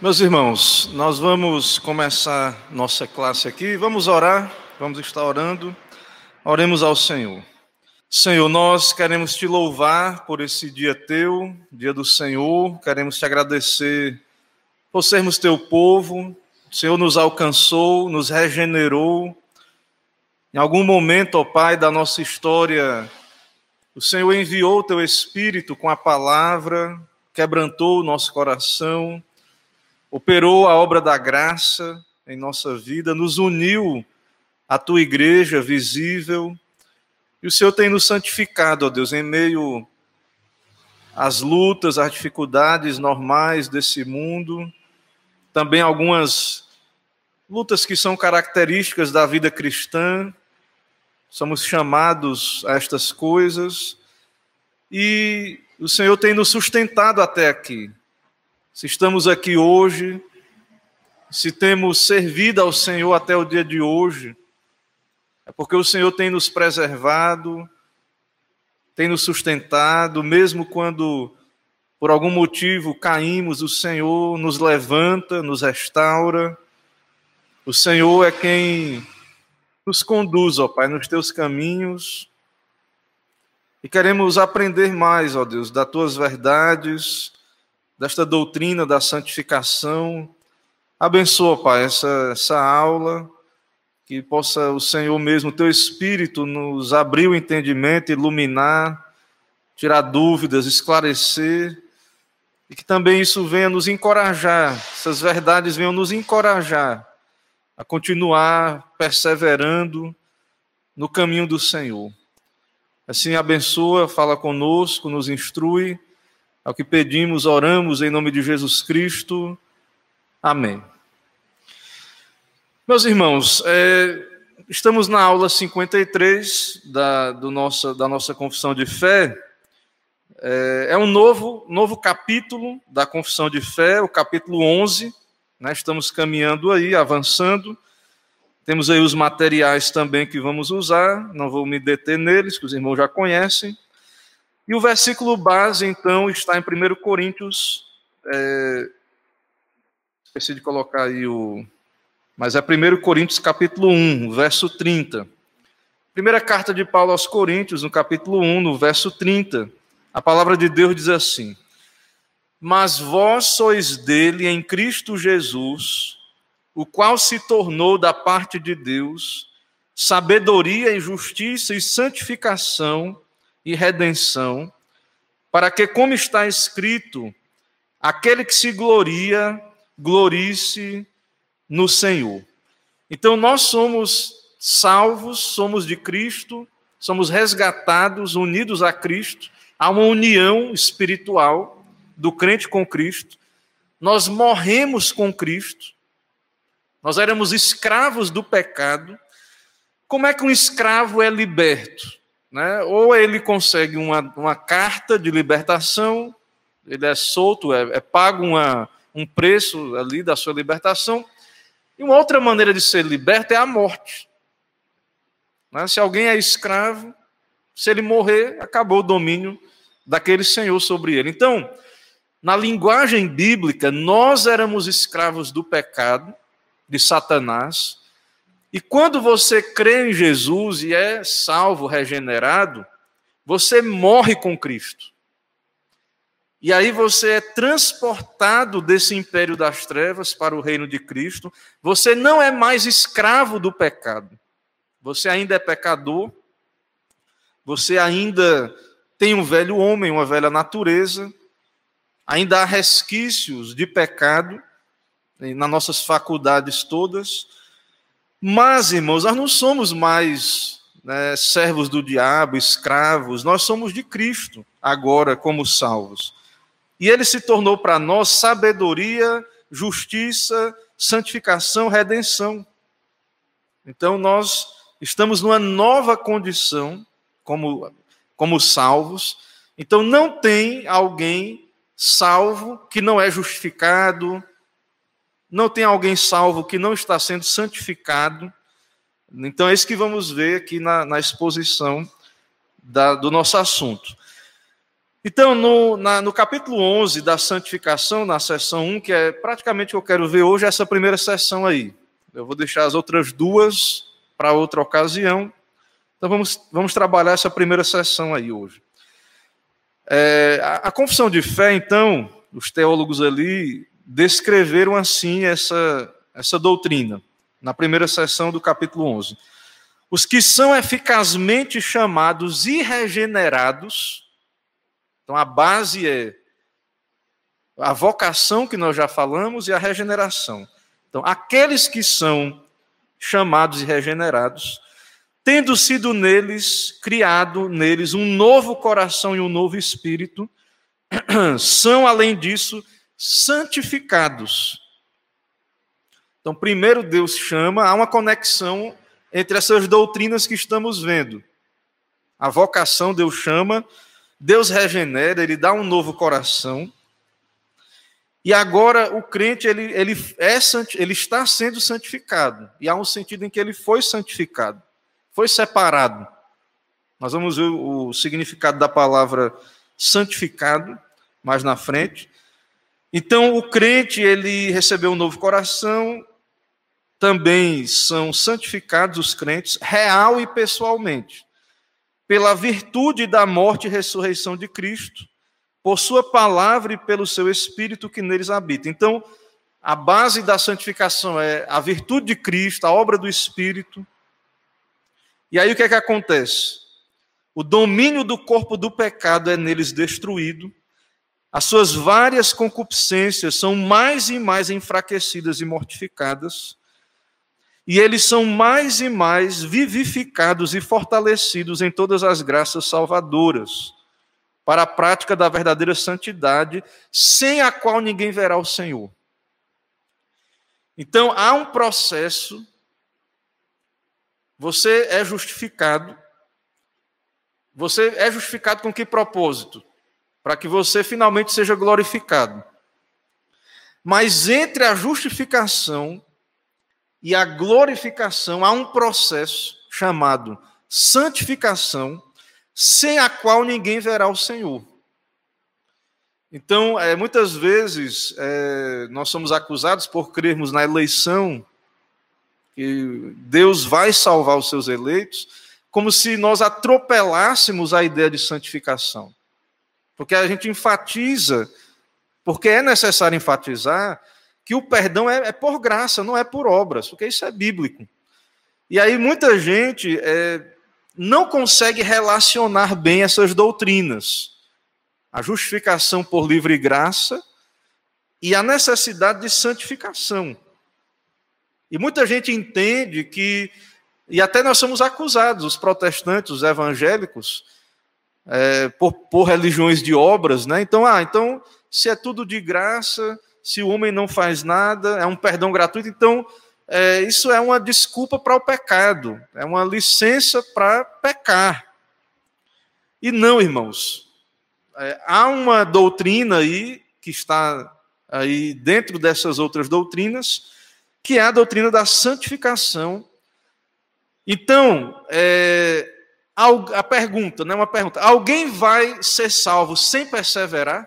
Meus irmãos, nós vamos começar nossa classe aqui. Vamos orar, vamos estar orando. Oremos ao Senhor. Senhor, nós queremos te louvar por esse dia teu, dia do Senhor. Queremos te agradecer por sermos teu povo. O Senhor nos alcançou, nos regenerou. Em algum momento, ó Pai, da nossa história, o Senhor enviou o teu Espírito com a palavra, quebrantou o nosso coração, operou a obra da graça em nossa vida, nos uniu à tua igreja visível, e o Senhor tem nos santificado, ó Deus, em meio às lutas, às dificuldades normais desse mundo, também algumas lutas que são características da vida cristã. Somos chamados a estas coisas, e o Senhor tem nos sustentado até aqui. Se estamos aqui hoje, se temos servido ao Senhor até o dia de hoje, é porque o Senhor tem nos preservado, tem nos sustentado, mesmo quando por algum motivo caímos, o Senhor nos levanta, nos restaura. O Senhor é quem nos conduz, ó Pai, nos teus caminhos, e queremos aprender mais, ó Deus, das tuas verdades, desta doutrina da santificação. Abençoa, Pai, essa aula, que possa o Senhor mesmo, o teu Espírito, nos abrir o entendimento, iluminar, tirar dúvidas, esclarecer, e que também isso venha nos encorajar, essas verdades venham nos encorajar a continuar perseverando no caminho do Senhor. Assim, abençoa, fala conosco, nos instrui. Ao que pedimos, oramos em nome de Jesus Cristo. Amém. Meus irmãos, estamos na aula 53 da nossa confissão de fé. É um novo capítulo da confissão de fé, o capítulo 11. Né? Estamos caminhando aí, avançando. Temos aí os materiais também que vamos usar. Não vou me deter neles, que os irmãos já conhecem. E o versículo base, então, está em 1 Coríntios, esqueci de colocar aí mas é 1 Coríntios capítulo 1, verso 30. Primeira carta de Paulo aos Coríntios, no capítulo 1, no verso 30. A palavra de Deus diz assim: mas vós sois dele em Cristo Jesus, o qual se tornou da parte de Deus sabedoria e justiça e santificação e redenção, para que, como está escrito, aquele que se gloria, glorie-se no Senhor. Então nós somos salvos, somos de Cristo, somos resgatados, unidos a Cristo, há uma união espiritual do crente com Cristo. Nós morremos com Cristo, nós éramos escravos do pecado. Como é que um escravo é liberto? Né? Ou ele consegue uma carta de libertação, ele é solto, é pago um preço ali da sua libertação. E uma outra maneira de ser liberto é a morte. Né? Se alguém é escravo, se ele morrer, acabou o domínio daquele senhor sobre ele. Então, na linguagem bíblica, nós éramos escravos do pecado, de Satanás. E quando você crê em Jesus e é salvo, regenerado, você morre com Cristo. E aí você é transportado desse império das trevas para o reino de Cristo. Você não é mais escravo do pecado. Você ainda é pecador. Você ainda tem um velho homem, uma velha natureza. Ainda há resquícios de pecado nas nossas faculdades todas. Mas, irmãos, nós não somos mais servos do diabo, escravos. Nós somos de Cristo, agora, como salvos. E ele se tornou para nós sabedoria, justiça, santificação, redenção. Então, nós estamos numa nova condição, como salvos. Então, não tem alguém salvo que não é justificado, não tem alguém salvo que não está sendo santificado. Então é isso que vamos ver aqui na exposição do nosso assunto. Então, no capítulo 11 da santificação, na seção 1, que é praticamente o que eu quero ver hoje, essa primeira seção aí. Eu vou deixar as outras duas para outra ocasião. Então, vamos trabalhar essa primeira seção aí hoje. A confissão de fé, então, os teólogos ali descreveram assim essa doutrina, na primeira seção do capítulo 11. Os que são eficazmente chamados e regenerados. Então, a base é a vocação, que nós já falamos, e a regeneração. Então, aqueles que são chamados e regenerados, tendo sido criado neles um novo coração e um novo espírito, são, além disso, santificados. Então, primeiro Deus chama, há uma conexão entre essas doutrinas que estamos vendo. A vocação Deus chama, Deus regenera, Ele dá um novo coração. E agora o crente ele está sendo santificado. E há um sentido em que ele foi santificado, foi separado. Nós vamos ver o significado da palavra santificado mais na frente. Então o crente ele recebeu um novo coração. Também são santificados os crentes, real e pessoalmente, pela virtude da morte e ressurreição de Cristo, por sua palavra e pelo seu Espírito que neles habita. Então, a base da santificação é a virtude de Cristo, a obra do Espírito. E aí o que é que acontece? O domínio do corpo do pecado é neles destruído, as suas várias concupiscências são mais e mais enfraquecidas e mortificadas, e eles são mais e mais vivificados e fortalecidos em todas as graças salvadoras, para a prática da verdadeira santidade, sem a qual ninguém verá o Senhor. Então, há um processo, você é justificado com que propósito? Para que você finalmente seja glorificado. Mas entre a justificação e a glorificação há um processo chamado santificação, sem a qual ninguém verá o Senhor. Então, muitas vezes, nós somos acusados por crermos na eleição, que Deus vai salvar os seus eleitos, como se nós atropelássemos a ideia de santificação. Porque a gente enfatiza, porque é necessário enfatizar, que o perdão é por graça, não é por obras, porque isso é bíblico. E aí muita gente não consegue relacionar bem essas doutrinas. A justificação por livre graça e a necessidade de santificação. E muita gente entende que, e até nós somos acusados, os protestantes, os evangélicos, por religiões de obras, né? Então, se é tudo de graça, se o homem não faz nada, é um perdão gratuito, então isso é uma desculpa para o pecado, é uma licença para pecar. E não, irmãos, há uma doutrina aí, que está aí dentro dessas outras doutrinas, que é a doutrina da santificação. Então, a pergunta, né, uma pergunta, alguém vai ser salvo sem perseverar?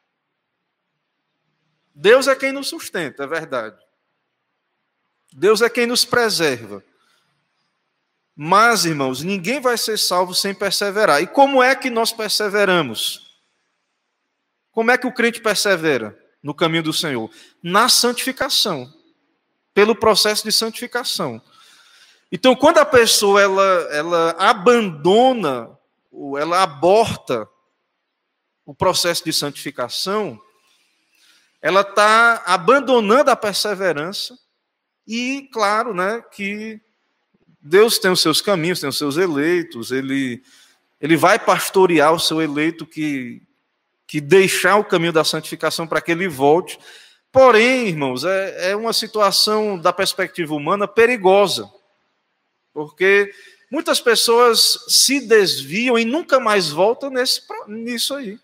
Deus é quem nos sustenta, é verdade. Deus é quem nos preserva. Mas, irmãos, ninguém vai ser salvo sem perseverar. E como é que nós perseveramos? Como é que o crente persevera no caminho do Senhor? Na santificação. Pelo processo de santificação. Então, quando a pessoa ela abandona, ela aborta o processo de santificação, ela está abandonando a perseverança e, claro, né, que Deus tem os seus caminhos, tem os seus eleitos, ele vai pastorear o seu eleito que deixar o caminho da santificação para que ele volte. Porém, irmãos, é uma situação da perspectiva humana perigosa, porque muitas pessoas se desviam e nunca mais voltam nisso aí.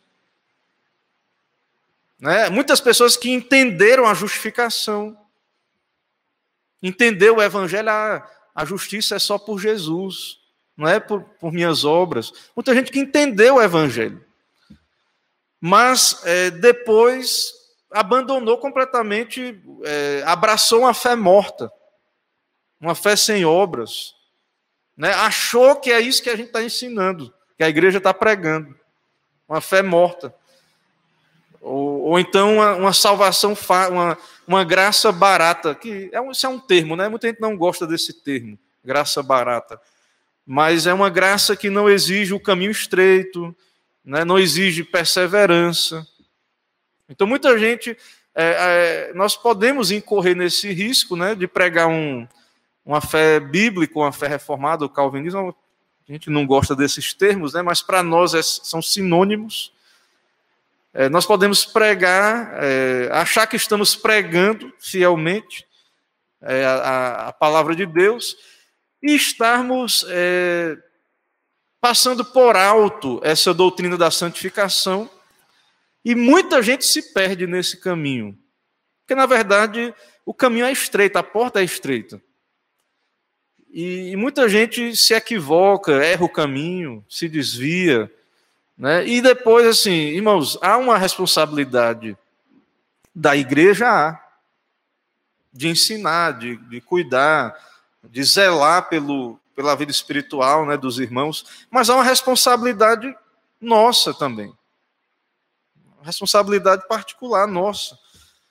Né? Muitas pessoas que entenderam a justificação, entendeu o evangelho, a justiça é só por Jesus, não é por minhas obras. Muita gente que entendeu o evangelho. mas depois abandonou completamente, abraçou uma fé morta, uma fé sem obras, né? Achou que é isso que a gente está ensinando, que a igreja está pregando, uma fé morta. Ou então uma salvação, uma graça barata, que isso é um termo, né? Muita gente não gosta desse termo, graça barata. Mas é uma graça que não exige o caminho estreito, né? Não exige perseverança. Então, muita gente, nós podemos incorrer nesse risco, né, de pregar uma fé bíblica, uma fé reformada, o calvinismo. A gente não gosta desses termos, né, mas para nós são sinônimos. Nós podemos pregar, achar que estamos pregando fielmente a palavra de Deus e estarmos passando por alto essa doutrina da santificação, e muita gente se perde nesse caminho, porque na verdade o caminho é estreito, a porta é estreita, e muita gente se equivoca, erra o caminho, se desvia, né? E depois, assim, irmãos, há uma responsabilidade da igreja de ensinar, de cuidar, de zelar pela vida espiritual, né, dos irmãos, mas há uma responsabilidade nossa também, uma responsabilidade particular nossa.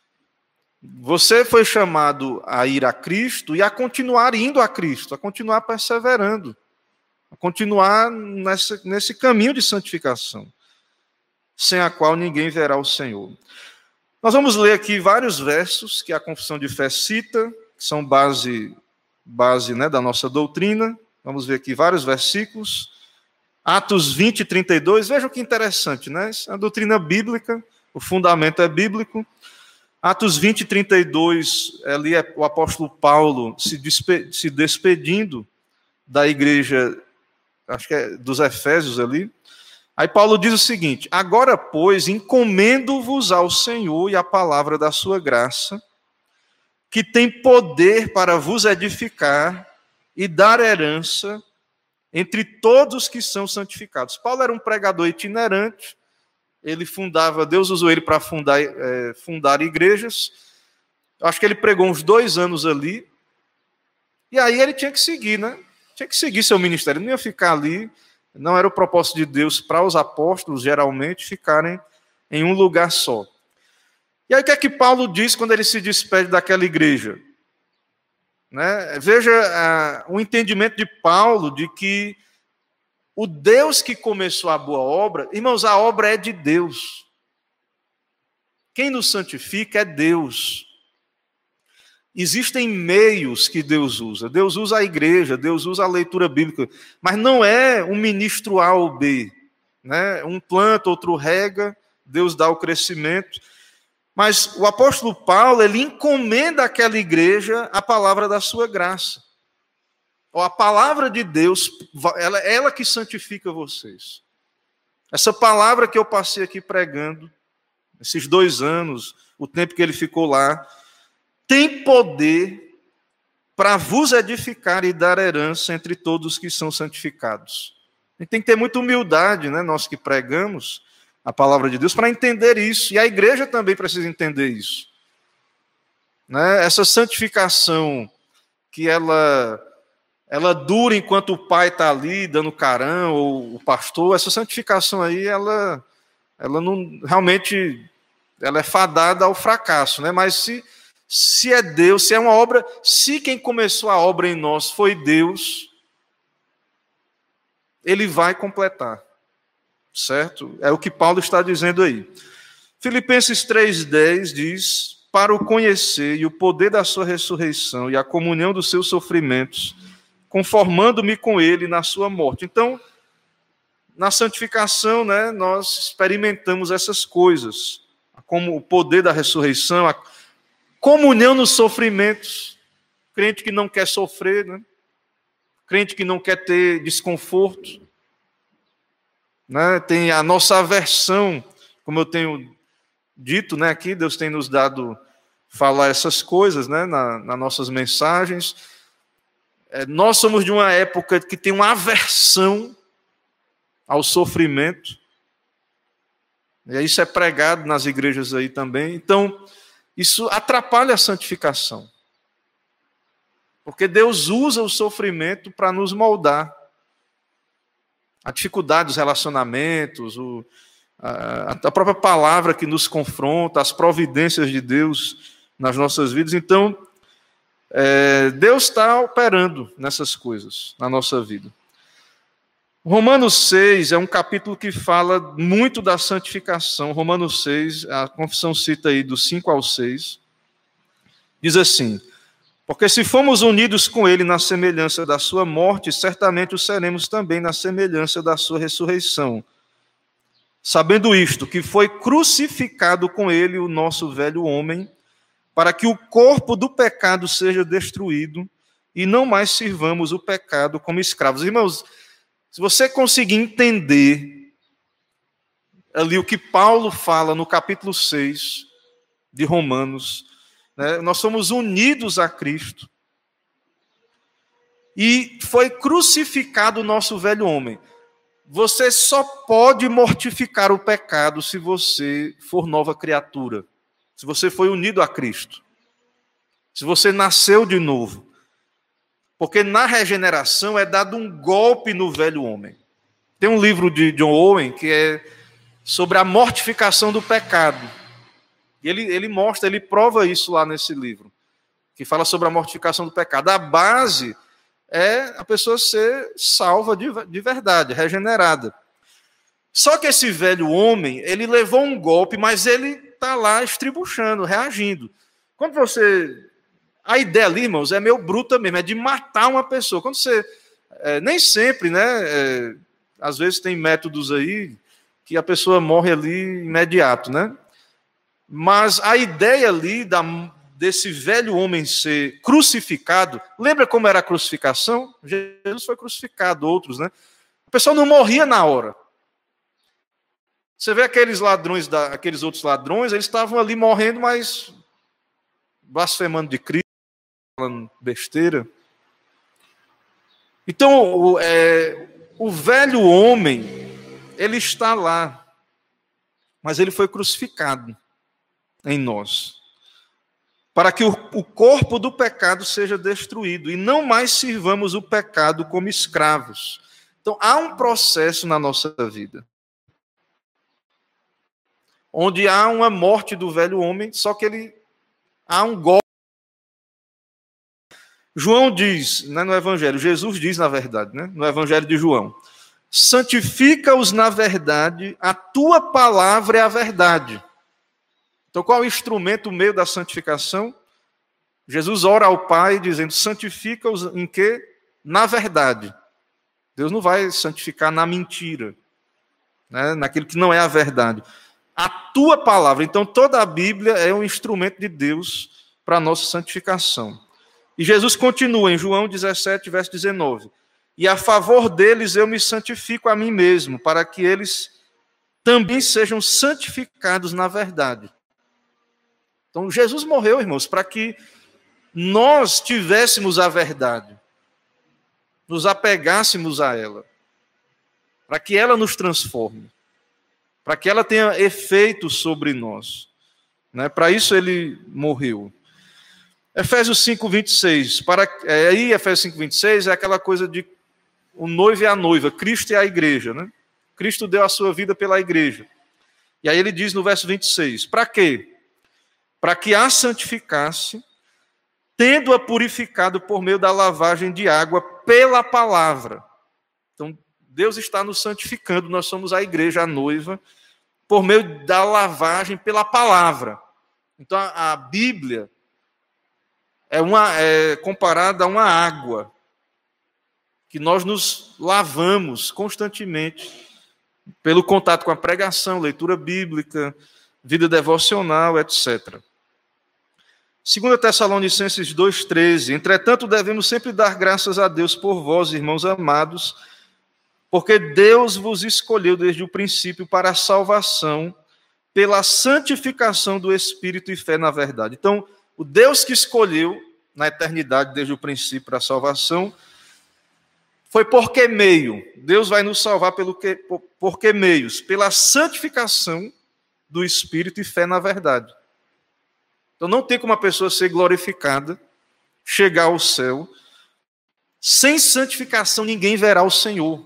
Você foi chamado a ir a Cristo e a continuar indo a Cristo, a continuar perseverando, a continuar nesse caminho de santificação, sem a qual ninguém verá o Senhor. Nós vamos ler aqui vários versos que a Confissão de Fé cita, que são base, né, da nossa doutrina. Vamos ver aqui vários versículos. Atos 20 e 32, vejam que interessante, né? A doutrina bíblica, o fundamento é bíblico. Atos 20 e 32, ali é o apóstolo Paulo se despedindo da igreja, acho que é dos Efésios ali. Aí Paulo diz o seguinte: agora, pois, encomendo-vos ao Senhor e à palavra da sua graça, que tem poder para vos edificar e dar herança entre todos que são santificados. Paulo era um pregador itinerante, ele fundava, Deus usou ele para fundar igrejas. Acho que ele pregou uns 2 anos ali, e aí ele tinha que seguir, né? Tinha que seguir seu ministério, não ia ficar ali. Não era o propósito de Deus para os apóstolos, geralmente, ficarem em um lugar só. E aí o que é que Paulo diz quando ele se despede daquela igreja? Né? Veja o entendimento de Paulo de que o Deus que começou a boa obra, irmãos, a obra é de Deus. Quem nos santifica é Deus. Existem meios que Deus usa. Deus usa a igreja, Deus usa a leitura bíblica, mas não é um ministro A ou B, né? Um planta, outro rega, Deus dá o crescimento. Mas o apóstolo Paulo, ele encomenda àquela igreja a palavra da sua graça. Ou a palavra de Deus, ela que santifica vocês. Essa palavra que eu passei aqui pregando, esses 2 anos, o tempo que ele ficou lá, tem poder para vos edificar e dar herança entre todos que são santificados. A gente tem que ter muita humildade, né, nós que pregamos a palavra de Deus, para entender isso. E a igreja também precisa entender isso. Né? Essa santificação que ela dura enquanto o pai está ali dando carão, ou o pastor, essa santificação aí, ela não realmente ela é fadada ao fracasso, né? Mas se é Deus, se é uma obra, se quem começou a obra em nós foi Deus, ele vai completar, certo? É o que Paulo está dizendo aí. Filipenses 3,10 diz: para o conhecer e o poder da sua ressurreição e a comunhão dos seus sofrimentos, conformando-me com ele na sua morte. Então, na santificação, né, nós experimentamos essas coisas, como o poder da ressurreição, a comunhão nos sofrimentos. Crente que não quer sofrer, né? Crente que não quer ter desconforto, né? Tem a nossa aversão, como eu tenho dito, né, aqui, Deus tem nos dado falar essas coisas, né, nas nossas mensagens. Nós somos de uma época que tem uma aversão ao sofrimento. E isso é pregado nas igrejas aí também. Então, isso atrapalha a santificação. Porque Deus usa o sofrimento para nos moldar. A dificuldade dos relacionamentos, a própria palavra que nos confronta, as providências de Deus nas nossas vidas. Então, Deus está operando nessas coisas na nossa vida. Romanos 6 é um capítulo que fala muito da santificação. Romanos 6, a confissão cita aí do 5 ao 6, diz assim: porque se fomos unidos com ele na semelhança da sua morte, certamente o seremos também na semelhança da sua ressurreição. Sabendo isto, que foi crucificado com ele o nosso velho homem, para que o corpo do pecado seja destruído e não mais sirvamos o pecado como escravos. Irmãos, se você conseguir entender ali o que Paulo fala no capítulo 6 de Romanos, né, nós somos unidos a Cristo e foi crucificado o nosso velho homem. Você só pode mortificar o pecado se você for nova criatura, se você foi unido a Cristo, se você nasceu de novo. Porque na regeneração é dado um golpe no velho homem. Tem um livro de John Owen que é sobre a mortificação do pecado. E ele mostra, ele prova isso lá nesse livro, que fala sobre a mortificação do pecado. A base é a pessoa ser salva de verdade, regenerada. Só que esse velho homem, ele levou um golpe, mas ele está lá estribuchando, reagindo. Quando você... A ideia ali, irmãos, é meio bruta mesmo, é de matar uma pessoa. Quando você... nem sempre, né? Às vezes tem métodos aí que a pessoa morre ali imediato, né? Mas a ideia ali desse velho homem ser crucificado, lembra como era a crucificação? Jesus foi crucificado, outros, né? A pessoa não morria na hora. Você vê aqueles ladrões, aqueles outros ladrões, eles estavam ali morrendo, mas blasfemando de Cristo, falando besteira. Então, o velho homem, ele está lá, mas ele foi crucificado em nós, para que o corpo do pecado seja destruído e não mais sirvamos o pecado como escravos. Então, há um processo na nossa vida, onde há uma morte do velho homem, só que há um golpe. João diz, né, no Evangelho, Jesus diz, na verdade, né, no Evangelho de João: santifica-os na verdade, a tua palavra é a verdade. Então, qual é o instrumento, o meio da santificação? Jesus ora ao Pai dizendo: santifica-os em quê? Na verdade. Deus não vai santificar na mentira, né, naquilo que não é a verdade. A tua palavra. Então, toda a Bíblia é um instrumento de Deus para a nossa santificação. E Jesus continua em João 17, verso 19. E a favor deles eu me santifico a mim mesmo, para que eles também sejam santificados na verdade. Então, Jesus morreu, irmãos, para que nós tivéssemos a verdade, nos apegássemos a ela, para que ela nos transforme, para que ela tenha efeito sobre nós. Né? Para isso ele morreu. Efésios 5, 26. Aí, Efésios 5, 26 é aquela coisa de o noivo e a noiva, Cristo e a igreja. Né? Cristo deu a sua vida pela igreja. E aí ele diz no verso 26, para quê? Para que a santificasse, tendo-a purificado por meio da lavagem de água pela palavra. Então, Deus está nos santificando, nós somos a igreja, a noiva, por meio da lavagem pela palavra. Então, a Bíblia é comparada a uma água, que nós nos lavamos constantemente, pelo contato com a pregação, leitura bíblica, vida devocional, etc. 2 Tessalonicenses 2,13. Entretanto, devemos sempre dar graças a Deus por vós, irmãos amados, porque Deus vos escolheu desde o princípio para a salvação, pela santificação do Espírito e fé na verdade. Então, o Deus que escolheu na eternidade, desde o princípio para a salvação, foi por que meio? Deus vai nos salvar por que meios? Pela santificação do Espírito e fé na verdade. Então não tem como uma pessoa ser glorificada, chegar ao céu, sem santificação ninguém verá o Senhor.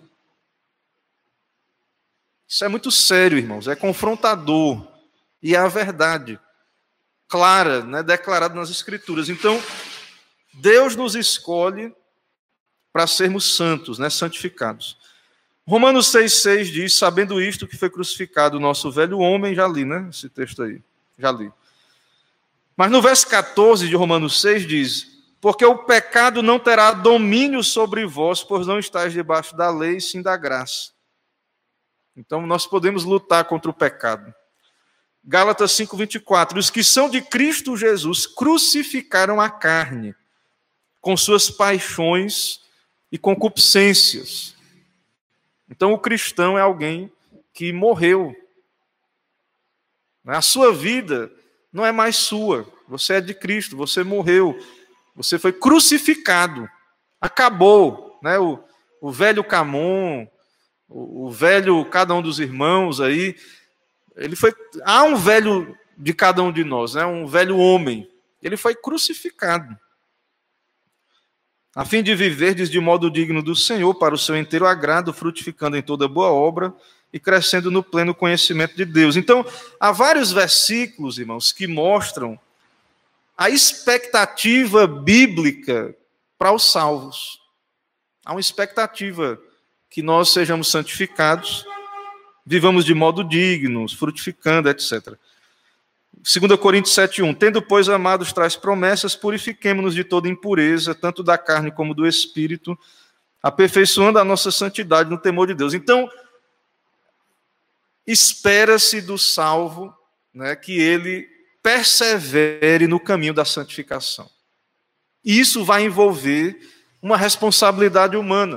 Isso é muito sério, irmãos, é confrontador, e é a verdade clara, né, declarada nas Escrituras. Então, Deus nos escolhe para sermos santos, né, santificados. Romanos 6,6 diz, sabendo isto que foi crucificado o nosso velho homem, já li, né, esse texto aí, já li. Mas no verso 14 de Romanos 6 diz, porque o pecado não terá domínio sobre vós, pois não estáis debaixo da lei, sim da graça. Então nós podemos lutar contra o pecado. Gálatas 5,24, os que são de Cristo Jesus crucificaram a carne, com suas paixões e concupiscências. Então o cristão é alguém que morreu. A sua vida não é mais sua, você é de Cristo, você morreu, você foi crucificado, acabou, né? O velho Camon, o velho cada um dos irmãos aí, há um velho de cada um de nós, né? Um velho homem, ele foi crucificado, a fim de viverdes de modo digno do Senhor, para o seu inteiro agrado, frutificando em toda boa obra, e crescendo no pleno conhecimento de Deus. Então, há vários versículos, irmãos, que mostram a expectativa bíblica para os salvos. Há uma expectativa que nós sejamos santificados, vivamos de modo digno, frutificando, etc. 2 Coríntios 7,1, tendo, pois, amados tais promessas, purifiquemo-nos de toda impureza, tanto da carne como do espírito, aperfeiçoando a nossa santidade no temor de Deus. Então, espera-se do salvo, né, que ele persevere no caminho da santificação. E isso vai envolver uma responsabilidade humana.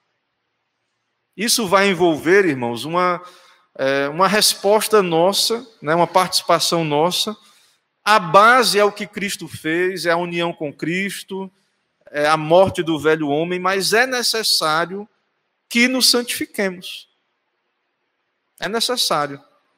Isso vai envolver, irmãos, uma resposta nossa, né, uma participação nossa. A base é o que Cristo fez, é a união com Cristo, é a morte do velho homem, mas é necessário que nos santifiquemos. É necessário.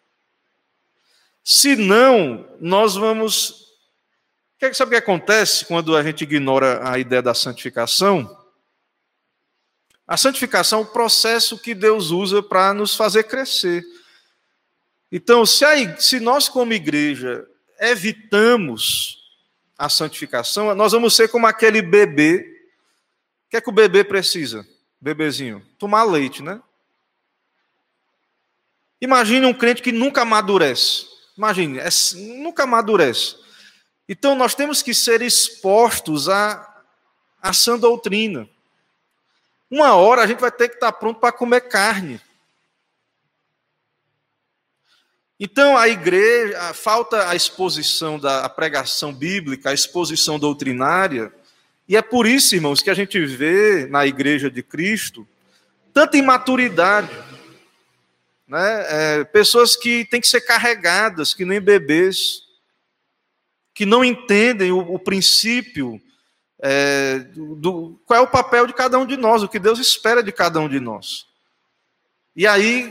Senão, nós vamos... Sabe o que acontece quando a gente ignora a ideia da santificação? A santificação é o processo que Deus usa para nos fazer crescer. Então, se nós como igreja evitamos a santificação, nós vamos ser como aquele bebê. O que é que o bebê precisa? Bebezinho? Tomar leite, né? Imagine um crente que nunca amadurece. Imagine, nunca amadurece. Então, nós temos que ser expostos à sã doutrina. Uma hora a gente vai ter que estar pronto para comer carne. Então, a igreja, falta a exposição da pregação bíblica, a exposição doutrinária, e é por isso, irmãos, que a gente vê na igreja de Cristo tanta imaturidade. Né? Pessoas que têm que ser carregadas, que nem bebês, que não entendem o princípio, qual é o papel de cada um de nós, o que Deus espera de cada um de nós. E aí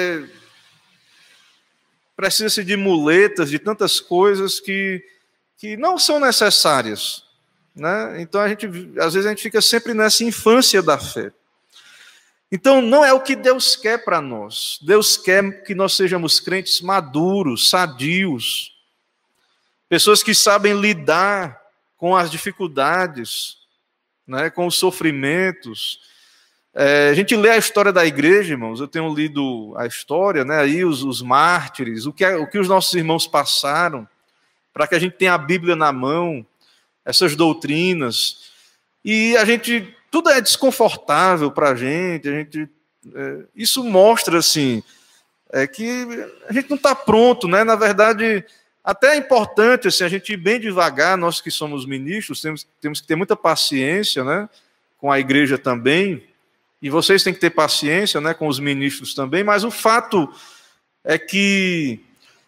precisa-se de muletas, de tantas coisas que não são necessárias. Né? Então, às vezes a gente fica sempre nessa infância da fé. Então, não é o que Deus quer para nós. Deus quer que nós sejamos crentes maduros, sadios, pessoas que sabem lidar com as dificuldades, né, com os sofrimentos. A gente lê a história da igreja, irmãos, eu tenho lido a história, né, aí os mártires, o que os nossos irmãos passaram, para que a gente tenha a Bíblia na mão, essas doutrinas, e tudo é desconfortável para a gente, isso mostra, assim, que a gente não está pronto, né, na verdade... Até é importante assim, a gente ir bem devagar, nós que somos ministros, temos que ter muita paciência, né, com a igreja também, e vocês têm que ter paciência, né, com os ministros também, mas o fato é que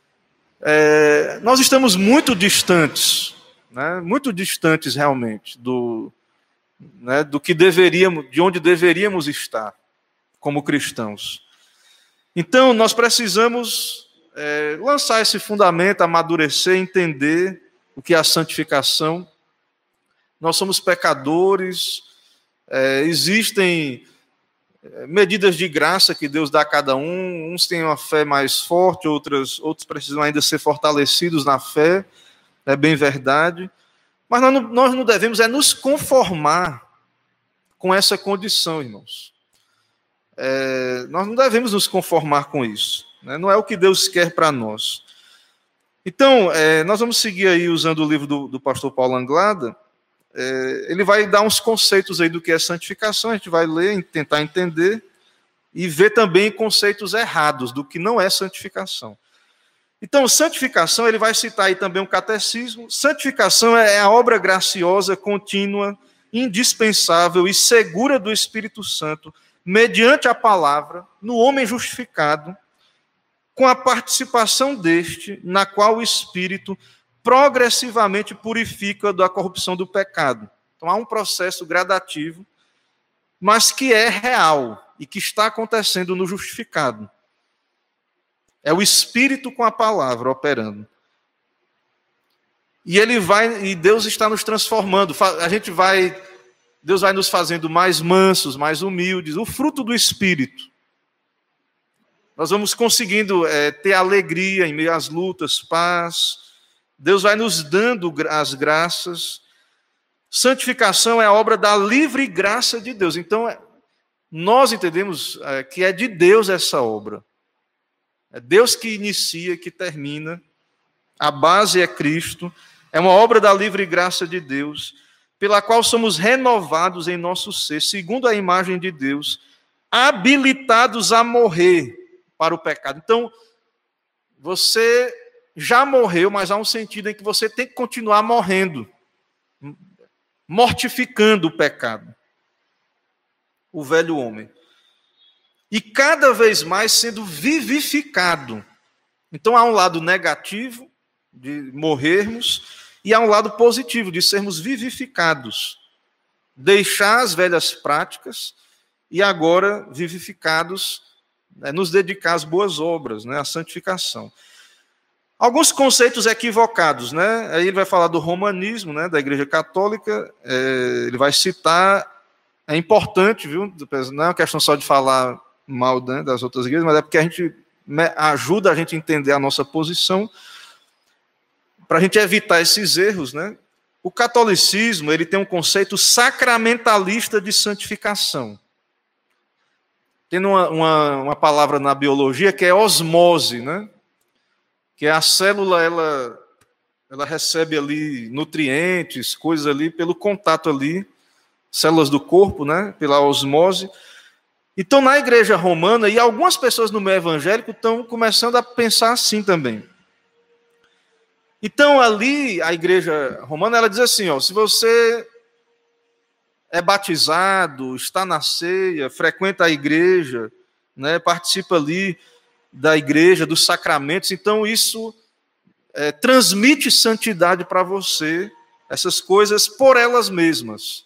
nós estamos muito distantes, né, muito distantes realmente do que de onde deveríamos estar como cristãos. Então, nós precisamos lançar esse fundamento, amadurecer, entender o que é a santificação. Nós somos pecadores, existem medidas de graça que Deus dá a cada um. Uns têm uma fé mais forte, outros precisam ainda ser fortalecidos na fé, é bem verdade. Mas nós não devemos nos conformar com essa condição, irmãos. Nós não devemos nos conformar com isso. Né? Não é o que Deus quer para nós. Então, nós vamos seguir aí usando o livro do pastor Paulo Anglada. Ele vai dar uns conceitos aí do que é santificação, a gente vai ler, tentar entender, e ver também conceitos errados do que não é santificação. Então, santificação, ele vai citar aí também um catecismo. Santificação é a obra graciosa, contínua, indispensável e segura do Espírito Santo, mediante a palavra, no homem justificado, com a participação deste, na qual o Espírito progressivamente purifica da corrupção do pecado. Então, há um processo gradativo, mas que é real e que está acontecendo no justificado. É o Espírito com a palavra operando. E Deus está nos transformando. Deus vai nos fazendo mais mansos, mais humildes, o fruto do Espírito. Nós vamos conseguindo ter alegria em meio às lutas, paz. Deus vai nos dando as graças. Santificação é a obra da livre graça de Deus. Então, nós entendemos que é de Deus essa obra. É Deus que inicia, que termina. A base é Cristo. É uma obra da livre graça de Deus, pela qual somos renovados em nosso ser, segundo a imagem de Deus, habilitados a morrer para o pecado. Então, você já morreu, mas há um sentido em que você tem que continuar morrendo, mortificando o pecado, o velho homem. E cada vez mais sendo vivificado. Então há um lado negativo de morrermos e há um lado positivo de sermos vivificados. Deixar as velhas práticas e agora vivificados, nos dedicar às boas obras, à santificação. Alguns conceitos equivocados, Aí ele vai falar do romanismo, da Igreja Católica, ele vai citar, é importante, viu? Não é uma questão só de falar mal das outras igrejas, mas é porque ajuda a gente a entender a nossa posição, para a gente evitar esses erros, O catolicismo, ele tem um conceito sacramentalista de santificação. Tem uma palavra na biologia que é osmose, Que a célula, ela recebe ali nutrientes, coisas ali, pelo contato ali, células do corpo, Pela osmose. Então, na igreja romana, e algumas pessoas no meio evangélico estão começando a pensar assim também. Então, ali, a igreja romana, ela diz assim, se você é batizado, está na ceia, frequenta a igreja, participa ali da igreja, dos sacramentos, então isso transmite santidade para você, essas coisas por elas mesmas,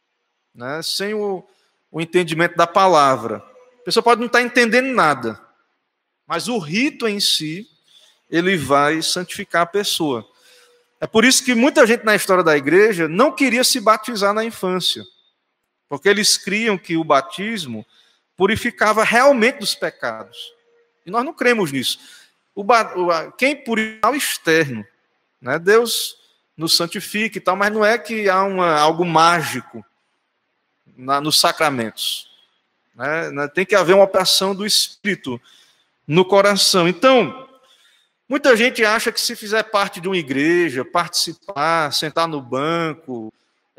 sem o entendimento da palavra. A pessoa pode não estar entendendo nada, mas o rito em si, ele vai santificar a pessoa. É por isso que muita gente na história da igreja não queria se batizar na infância, porque eles criam que o batismo purificava realmente dos pecados. E nós não cremos nisso. Quem purifica é o externo. Deus nos santifica e tal, mas não é que há algo mágico nos sacramentos. Tem que haver uma operação do Espírito no coração. Então, muita gente acha que se fizer parte de uma igreja, participar, sentar no banco,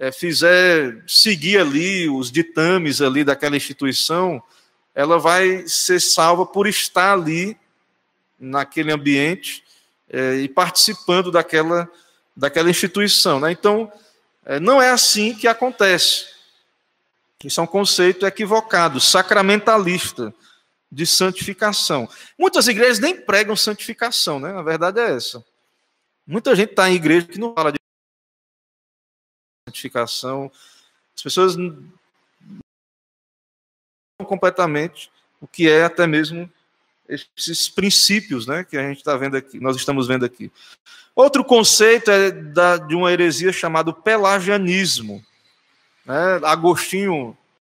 seguir ali os ditames ali daquela instituição, ela vai ser salva por estar ali, naquele ambiente, e participando daquela instituição. Então, não é assim que acontece. Isso é um conceito equivocado, sacramentalista, de santificação. Muitas igrejas nem pregam santificação, A verdade é essa. Muita gente está em igreja que não fala de santificação. As pessoas não completamente o que é até mesmo esses princípios, né, que a gente está vendo aqui, nós estamos vendo aqui. Outro conceito é de uma heresia chamada pelagianismo, né? Agostinho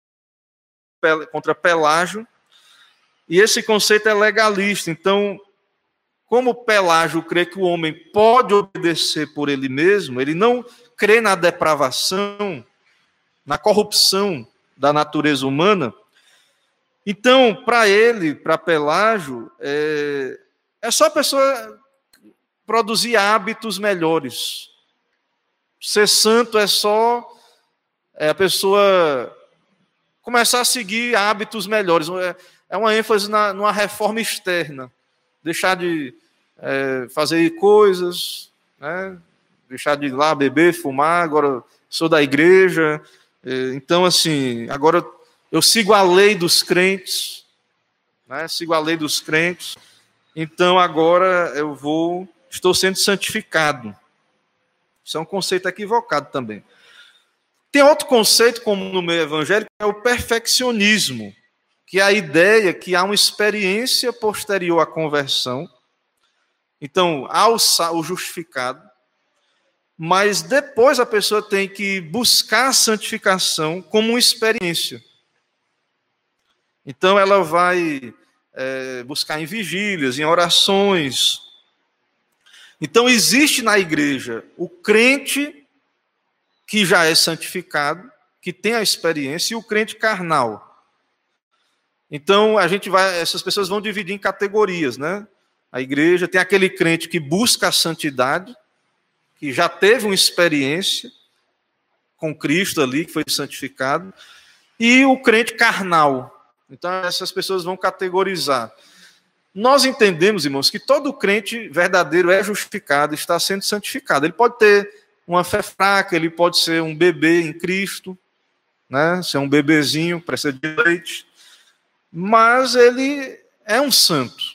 contra Pelágio, e esse conceito é legalista. Então, como Pelágio crê que o homem pode obedecer por ele mesmo, ele não crê na depravação, na corrupção da natureza humana. Então, para ele, para Pelágio, é só a pessoa produzir hábitos melhores. Ser santo é só a pessoa começar a seguir hábitos melhores. É uma ênfase numa reforma externa. Deixar de fazer coisas, né? Deixar de ir lá beber, fumar. Agora sou da igreja. Então, assim, agora eu sigo a lei dos crentes. Né? Sigo a lei dos crentes. Então, agora estou sendo santificado. Isso é um conceito equivocado também. Tem outro conceito, como no meio evangélico, é o perfeccionismo, que é a ideia que há uma experiência posterior à conversão. Então, há o justificado, mas depois a pessoa tem que buscar a santificação como uma experiência. Então, ela vai buscar em vigílias, em orações. Então, existe na igreja o crente que já é santificado, que tem a experiência, e o crente carnal. Então, essas pessoas vão dividir em categorias, né? A igreja tem aquele crente que busca a santidade, que já teve uma experiência com Cristo ali, que foi santificado, e o crente carnal. Então, essas pessoas vão categorizar. Nós entendemos, irmãos, que todo crente verdadeiro é justificado, está sendo santificado. Ele pode ter uma fé fraca, ele pode ser um bebê em Cristo, né? Ser um bebezinho, precisa de leite, mas ele é um santo.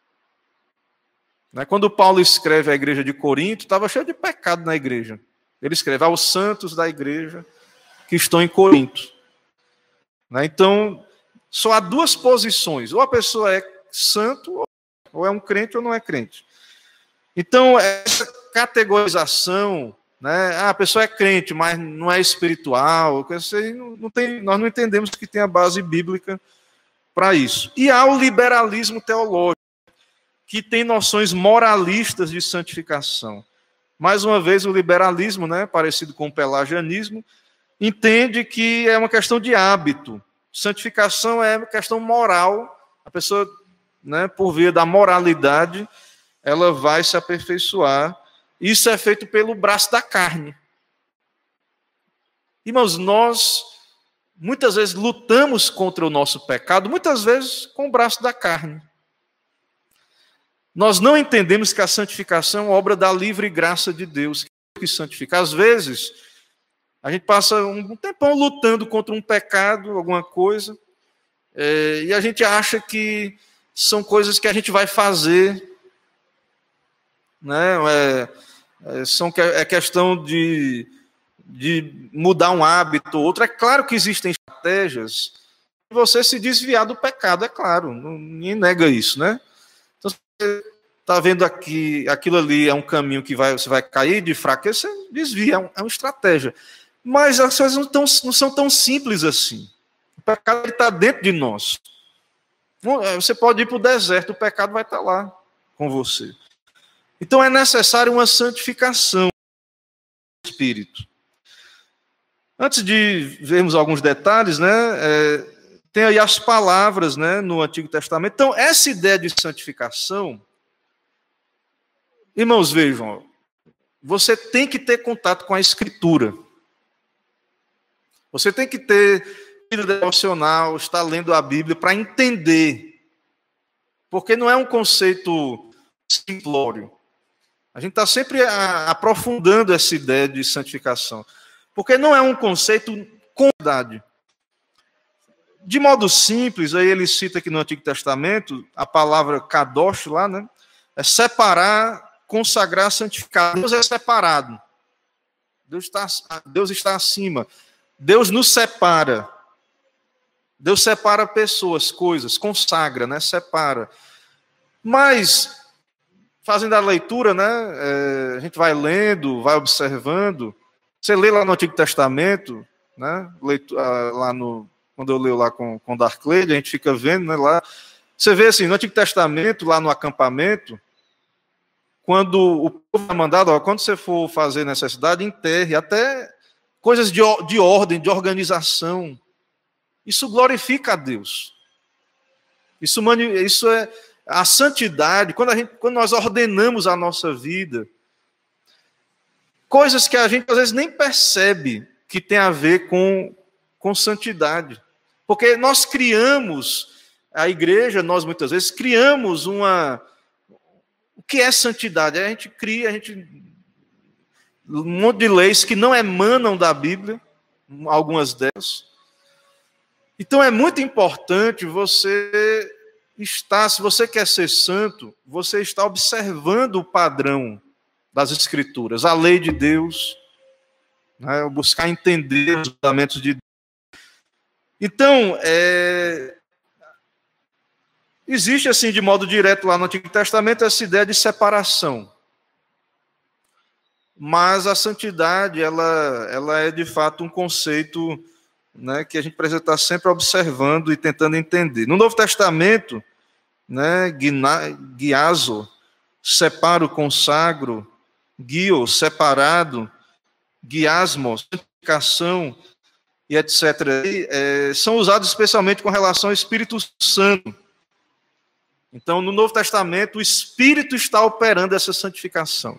Quando Paulo escreve à igreja de Corinto, estava cheio de pecado na igreja. Ele escreve aos santos da igreja que estão em Corinto. Então, só há duas posições: ou a pessoa é santo, ou é um crente ou não é crente. Então, essa categorização, né, a pessoa é crente, mas não é espiritual, nós não entendemos que tem a base bíblica para isso. E há o liberalismo teológico, que tem noções moralistas de santificação. Mais uma vez, o liberalismo, né, parecido com o pelagianismo, entende que é uma questão de hábito. Santificação é uma questão moral. A pessoa, né, por via da moralidade, ela vai se aperfeiçoar. Isso é feito pelo braço da carne. Irmãos, nós muitas vezes lutamos contra o nosso pecado, muitas vezes com o braço da carne. Nós não entendemos que a santificação é obra da livre graça de Deus, que santifica. Às vezes, a gente passa um tempão lutando contra um pecado, alguma coisa, e a gente acha que são coisas que a gente vai fazer, né? É questão de mudar um hábito ou outro. É claro que existem estratégias de você se desviar do pecado, é claro, ninguém nega isso, né? Então, você está vendo aquilo ali é um caminho que você vai cair de fraqueza, você desvia, é uma estratégia. Mas as coisas não são tão simples assim. O pecado está dentro de nós. Você pode ir para o deserto, o pecado vai estar lá com você. Então é necessário uma santificação do Espírito. Antes de vermos alguns detalhes, né, tem aí as palavras, né, no Antigo Testamento. Então, essa ideia de santificação, irmãos, vejam, você tem que ter contato com a Escritura. Você tem que ter vida devocional, estar lendo a Bíblia para entender. Porque não é um conceito simplório. A gente está sempre aprofundando essa ideia de santificação. Porque não é um conceito com verdade. De modo simples, aí ele cita aqui no Antigo Testamento, a palavra kadosh lá, né? É separar, consagrar, santificar. Deus é separado. Deus está acima. Deus nos separa. Deus separa pessoas, coisas, consagra, né? Separa. Mas, fazendo a leitura, né, a gente vai lendo, vai observando. Você lê lá no Antigo Testamento, né, quando eu leio lá com Darclede, a gente fica vendo, né, lá. Você vê assim, no Antigo Testamento, lá no acampamento, quando o povo é mandado, ó, quando você for fazer necessidade, enterre, até coisas de ordem, de organização. Isso glorifica a Deus. Isso é a santidade. Quando nós ordenamos a nossa vida, coisas que a gente às vezes nem percebe que tem a ver com santidade. Porque nós criamos, a igreja, nós muitas vezes criamos o que é santidade? A gente cria, um monte de leis que não emanam da Bíblia, algumas delas. Então é muito importante você estar, se você quer ser santo, você está observando o padrão das Escrituras, a lei de Deus, né, buscar entender os fundamentos de Deus. Então, existe assim, de modo direto lá no Antigo Testamento, essa ideia de separação. Mas a santidade, ela é de fato um conceito, né, que a gente precisa estar sempre observando e tentando entender. No Novo Testamento, né, guiazo, separo, consagro, guio, separado, guiasmo, santificação e etc. São usados especialmente com relação ao Espírito Santo. Então, no Novo Testamento, o Espírito está operando essa santificação.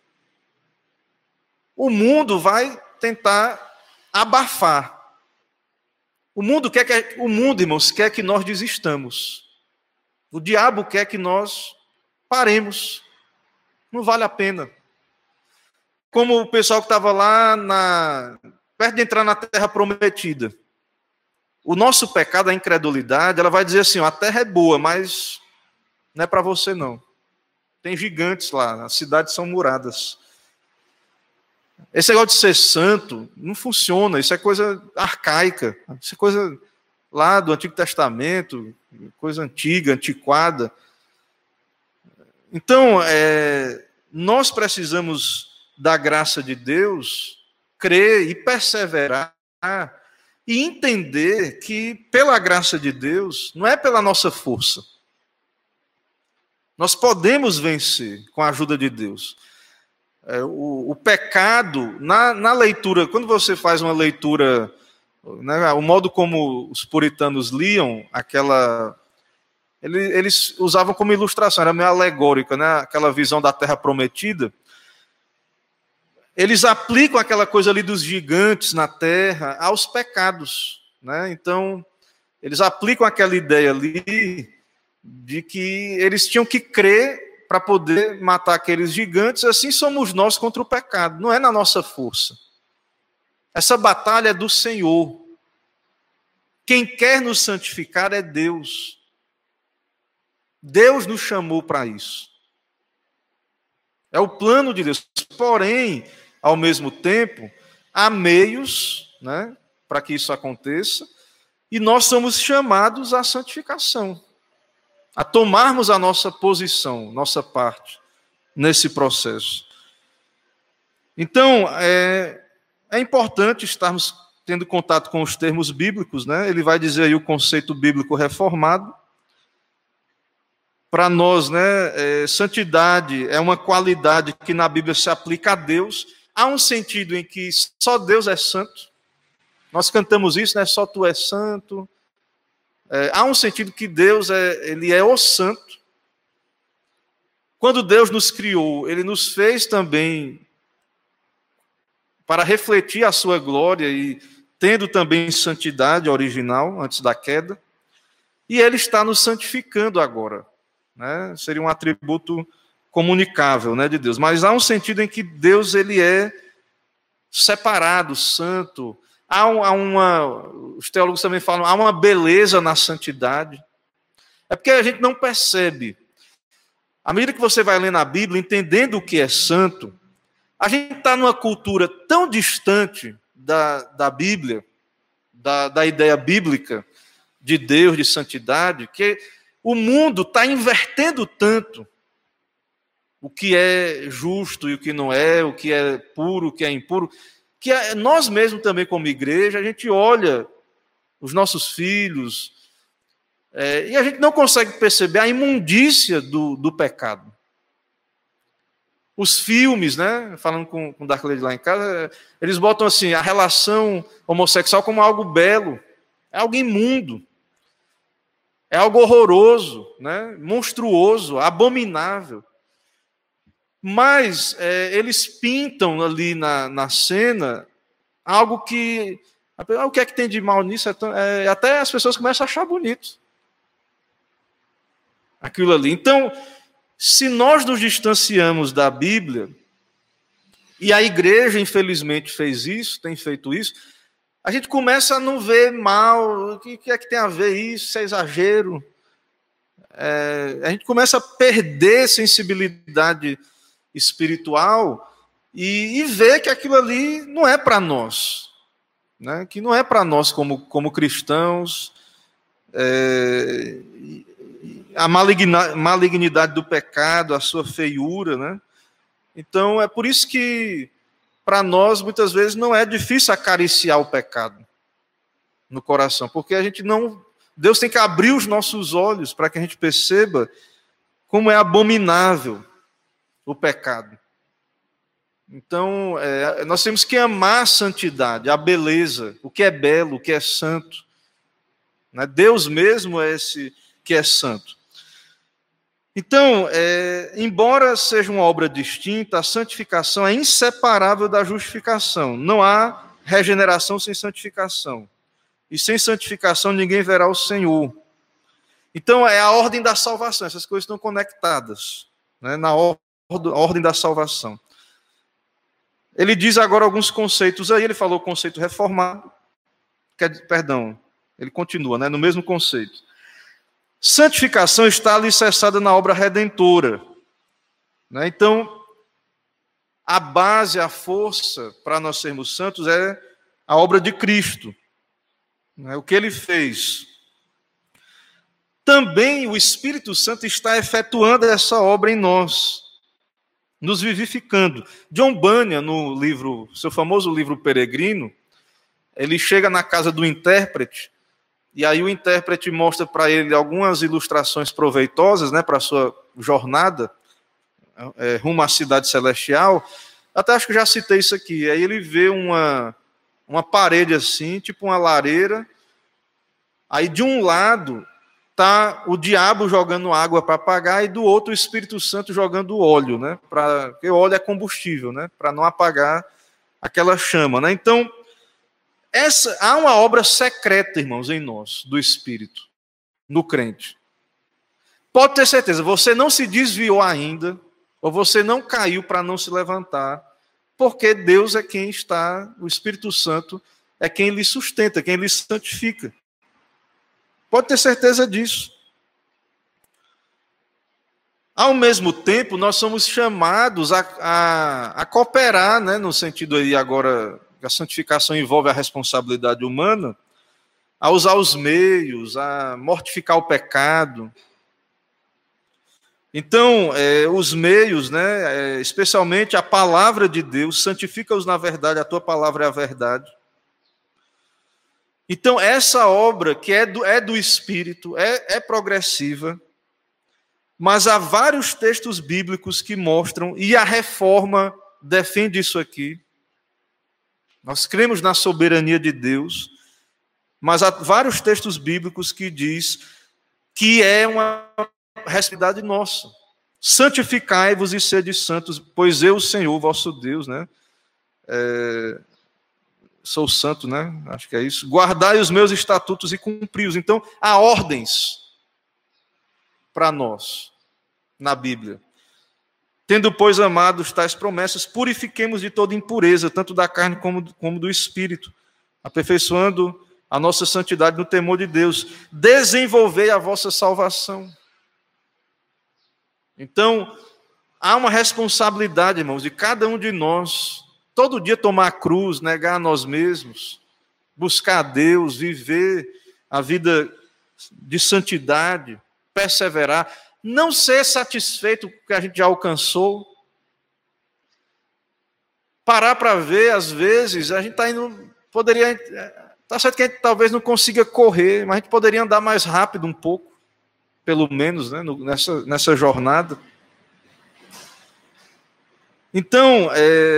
O mundo vai tentar abafar. O mundo, irmãos, quer que nós desistamos. O diabo quer que nós paremos. Não vale a pena. Como o pessoal que estava lá perto de entrar na terra prometida. O nosso pecado, a incredulidade, ela vai dizer assim, a terra é boa, mas não é para você não. Tem gigantes lá, as cidades são muradas. Esse negócio de ser santo não funciona, isso é coisa arcaica, isso é coisa lá do Antigo Testamento, coisa antiga, antiquada. Então, nós precisamos da graça de Deus, crer e perseverar e entender que pela graça de Deus, não é pela nossa força. Nós podemos vencer com a ajuda de Deus. O pecado, na leitura, quando você faz uma leitura, né, o modo como os puritanos liam, eles usavam como ilustração, era meio alegórica, né, aquela visão da terra prometida. Eles aplicam aquela coisa ali dos gigantes na terra aos pecados, né? Então, eles aplicam aquela ideia ali de que eles tinham que crer para poder matar aqueles gigantes. Assim somos nós contra o pecado, não é na nossa força. Essa batalha é do Senhor. Quem quer nos santificar é Deus. Deus nos chamou para isso. É o plano de Deus. Porém, ao mesmo tempo, há meios, né, para que isso aconteça, e nós somos chamados à santificação, a tomarmos a nossa posição, nossa parte, nesse processo. Então, é importante estarmos tendo contato com os termos bíblicos, né? Ele vai dizer aí o conceito bíblico reformado. Para nós, né, santidade é uma qualidade que na Bíblia se aplica a Deus. Há um sentido em que só Deus é santo. Nós cantamos isso, né? Só tu és santo. Há um sentido que Deus ele é o santo. Quando Deus nos criou, Ele nos fez também para refletir a sua glória e tendo também santidade original antes da queda. E Ele está nos santificando agora, né? Seria um atributo comunicável, né, de Deus. Mas há um sentido em que Deus ele é separado, santo. Os teólogos também falam, há uma beleza na santidade. É porque a gente não percebe. À medida que você vai lendo a Bíblia, entendendo o que é santo, a gente está numa cultura tão distante da Bíblia, da ideia bíblica de Deus, de santidade, que o mundo está invertendo tanto o que é justo e o que não é, o que é puro, o que é impuro, que nós mesmos também como igreja, a gente olha os nossos filhos e a gente não consegue perceber a imundícia do pecado. Os filmes, né, falando com o Dark Lady lá em casa, eles botam assim, a relação homossexual como algo belo, é algo imundo, é algo horroroso, né, monstruoso, abominável. Mas eles pintam ali na cena algo que... O que é que tem de mal nisso? Até as pessoas começam a achar bonito aquilo ali. Então, se nós nos distanciamos da Bíblia, e a igreja, infelizmente, fez isso, tem feito isso, a gente começa a não ver mal, o que é que tem a ver isso, isso é exagero. A gente começa a perder sensibilidade espiritual e ver que aquilo ali não é para nós, né? Que não é para nós como cristãos. A malignidade do pecado, a sua feiura, né? Então, é por isso que, para nós, muitas vezes, não é difícil acariciar o pecado no coração, porque a gente não... Deus tem que abrir os nossos olhos para que a gente perceba como é abominável o pecado. Então, nós temos que amar a santidade, a beleza, o que é belo, o que é santo. Né? Deus mesmo é esse que é santo. Então, embora seja uma obra distinta, a santificação é inseparável da justificação. Não há regeneração sem santificação. E sem santificação ninguém verá o Senhor. Então, é a ordem da salvação. Essas coisas estão conectadas, né, na ordem da salvação. Ele diz agora alguns conceitos aí. Ele falou o conceito reformado. Ele continua, né, no mesmo conceito. Santificação está alicerçada na obra redentora. Né? Então, a base, a força para nós sermos santos é a obra de Cristo. Né? O que ele fez. Também o Espírito Santo está efetuando essa obra em nós, nos vivificando. John Bunyan, no livro, seu famoso livro Peregrino, ele chega na casa do intérprete, e aí o intérprete mostra para ele algumas ilustrações proveitosas, né, para a sua jornada rumo à cidade celestial. Até acho que já citei isso aqui. Aí ele vê uma parede assim, tipo uma lareira. Aí de um lado está o diabo jogando água para apagar e do outro o Espírito Santo jogando óleo, né? Porque o óleo é combustível, né? Para não apagar aquela chama, né? Então, há uma obra secreta, irmãos, em nós, do Espírito, no crente. Pode ter certeza, você não se desviou ainda, ou você não caiu para não se levantar, porque Deus é quem está, o Espírito Santo é quem lhe sustenta, quem lhe santifica. Pode ter certeza disso. Ao mesmo tempo, nós somos chamados a cooperar, né, no sentido aí agora, a santificação envolve a responsabilidade humana, a usar os meios, a mortificar o pecado. Então, os meios, né, especialmente a palavra de Deus, santifica-os na verdade, a tua palavra é a verdade. Então, essa obra que é do Espírito, é progressiva, mas há vários textos bíblicos que mostram, e a Reforma defende isso aqui. Nós cremos na soberania de Deus, mas há vários textos bíblicos que diz que é uma responsabilidade nossa. Santificai-vos e sede santos, pois eu, Senhor, vosso Deus, né? Sou santo, né? Acho que é isso. Guardai os meus estatutos e cumpri-os. Então, há ordens para nós na Bíblia. Tendo, pois, amados tais promessas, purifiquemos de toda impureza, tanto da carne como do espírito, aperfeiçoando a nossa santidade no temor de Deus. Desenvolvei a vossa salvação. Então, há uma responsabilidade, irmãos, de cada um de nós, todo dia tomar a cruz, negar a nós mesmos, buscar a Deus, viver a vida de santidade, perseverar, não ser satisfeito com o que a gente já alcançou. Parar para ver, às vezes, a gente está indo, poderia, está certo que a gente talvez não consiga correr, mas a gente poderia andar mais rápido um pouco, pelo menos, né, nessa jornada. Então,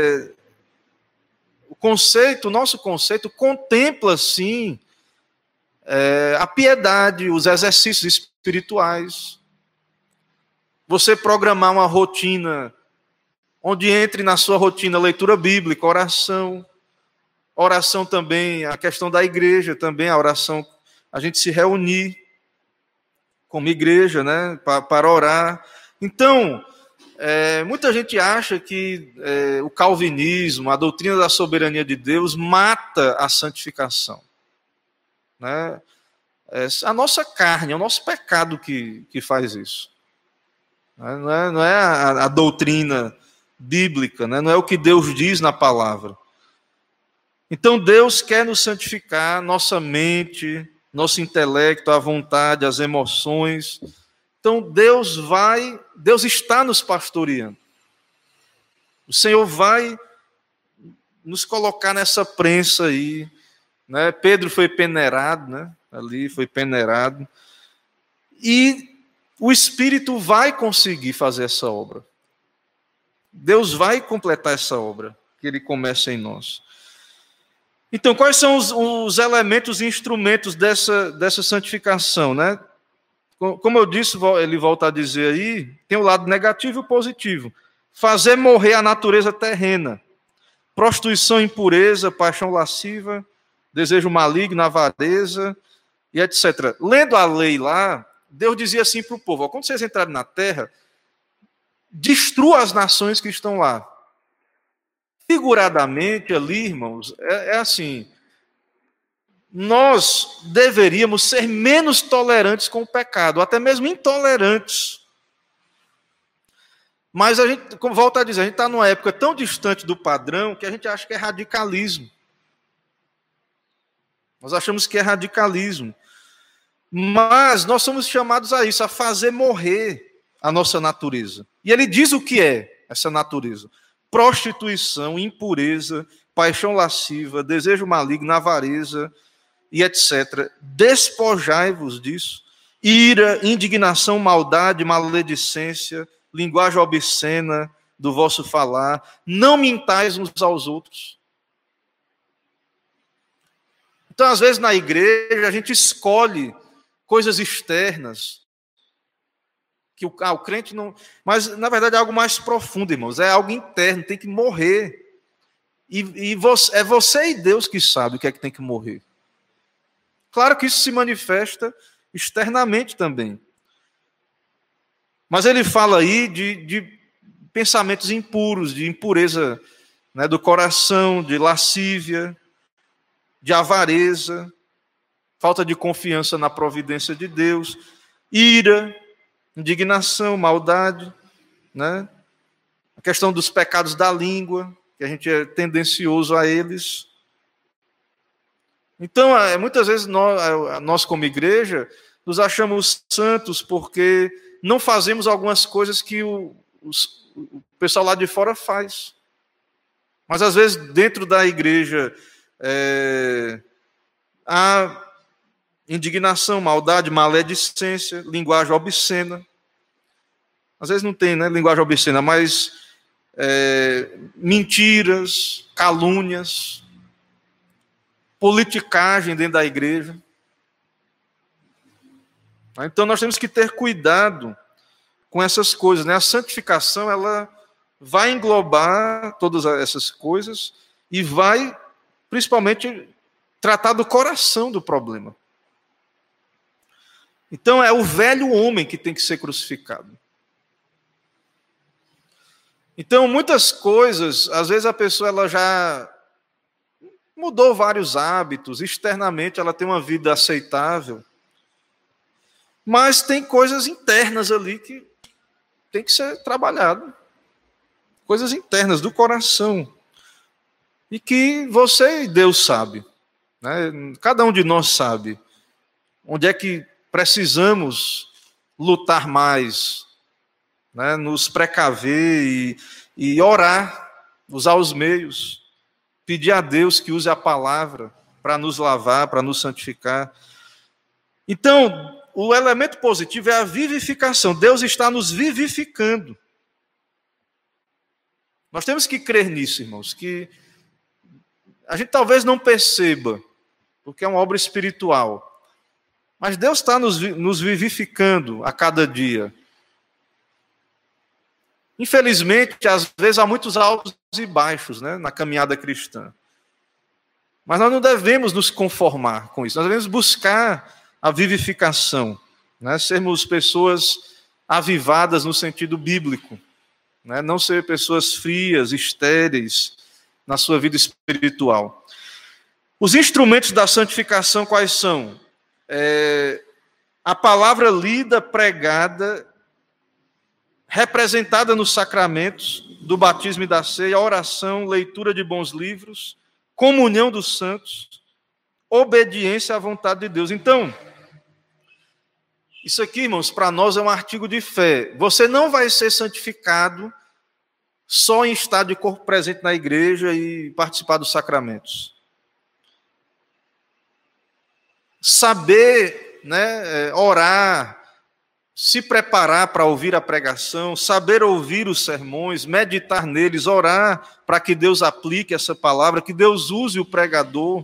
o nosso conceito contempla, sim, a piedade, os exercícios espirituais. Você programar uma rotina onde entre na sua rotina leitura bíblica, oração também, a questão da igreja também, a oração, a gente se reunir como igreja, né, para orar. Então, muita gente acha que o calvinismo, a doutrina da soberania de Deus, mata a santificação. Né? A nossa carne, é o nosso pecado que faz isso. Não é a doutrina bíblica, né? Não é o que Deus diz na palavra. Então Deus quer nos santificar, nossa mente, nosso intelecto, a vontade, as emoções. Então Deus está nos pastoreando. O Senhor vai nos colocar nessa prensa aí, né? Pedro foi peneirado, né? Ali foi peneirado. E o Espírito vai conseguir fazer essa obra. Deus vai completar essa obra que Ele começa em nós. Então, quais são os elementos e instrumentos dessa santificação, né? Como eu disse, ele volta a dizer aí, tem o lado negativo e o positivo. Fazer morrer a natureza terrena. Prostituição, impureza, paixão lasciva, desejo maligno, avareza e etc. Lendo a lei lá, Deus dizia assim para o povo, quando vocês entrarem na terra, destrua as nações que estão lá. Figuradamente ali, irmãos, é assim, nós deveríamos ser menos tolerantes com o pecado, até mesmo intolerantes. Mas a gente, como volta a dizer, a gente está numa época tão distante do padrão que a gente acha que é radicalismo. Nós achamos que é radicalismo. Mas nós somos chamados a isso, a fazer morrer a nossa natureza. E ele diz o que é essa natureza: prostituição, impureza, paixão lasciva, desejo maligno, avareza e etc. Despojai-vos disso. Ira, indignação, maldade, maledicência, linguagem obscena do vosso falar. Não mintais uns aos outros. Então, às vezes, na igreja, a gente escolhe coisas externas, que o crente não... Mas, na verdade, é algo mais profundo, irmãos. É algo interno, tem que morrer. É você e Deus que sabe o que é que tem que morrer. Claro que isso se manifesta externamente também. Mas ele fala aí de pensamentos impuros, de impureza, né, do coração, de lascívia, de avareza, falta de confiança na providência de Deus, ira, indignação, maldade, né? A questão dos pecados da língua, que a gente é tendencioso a eles. Então, muitas vezes nós como igreja, nos achamos santos porque não fazemos algumas coisas que o pessoal lá de fora faz. Mas, às vezes, dentro da igreja, há indignação, maldade, maledicência, linguagem obscena. Às vezes não tem, né, linguagem obscena, mas mentiras, calúnias, politicagem dentro da igreja. Então nós temos que ter cuidado com essas coisas, né? A santificação, ela vai englobar todas essas coisas e vai, principalmente, tratar do coração do problema. Então é o velho homem que tem que ser crucificado. Então muitas coisas, às vezes a pessoa ela já mudou vários hábitos, externamente ela tem uma vida aceitável, mas tem coisas internas ali que tem que ser trabalhado. Coisas internas do coração. E que você e Deus sabe, né? Cada um de nós sabe onde é que precisamos lutar mais, né? Nos precaver e orar, usar os meios, pedir a Deus que use a palavra para nos lavar, para nos santificar. Então, o elemento positivo é a vivificação. Deus está nos vivificando. Nós temos que crer nisso, irmãos, que a gente talvez não perceba, porque é uma obra espiritual, mas Deus está nos vivificando a cada dia. Infelizmente, às vezes há muitos altos e baixos, né, na caminhada cristã. Mas nós não devemos nos conformar com isso. Nós devemos buscar a vivificação, né, sermos pessoas avivadas no sentido bíblico, né, não ser pessoas frias, estéreis na sua vida espiritual. Os instrumentos da santificação quais são? A palavra lida, pregada, representada nos sacramentos do batismo e da ceia, a oração, leitura de bons livros, comunhão dos santos, obediência à vontade de Deus. Então, isso aqui, irmãos, para nós é um artigo de fé. Você não vai ser santificado só em estado de corpo presente na igreja e participar dos sacramentos. Saber, né, orar, se preparar para ouvir a pregação, saber ouvir os sermões, meditar neles, orar para que Deus aplique essa palavra, que Deus use o pregador,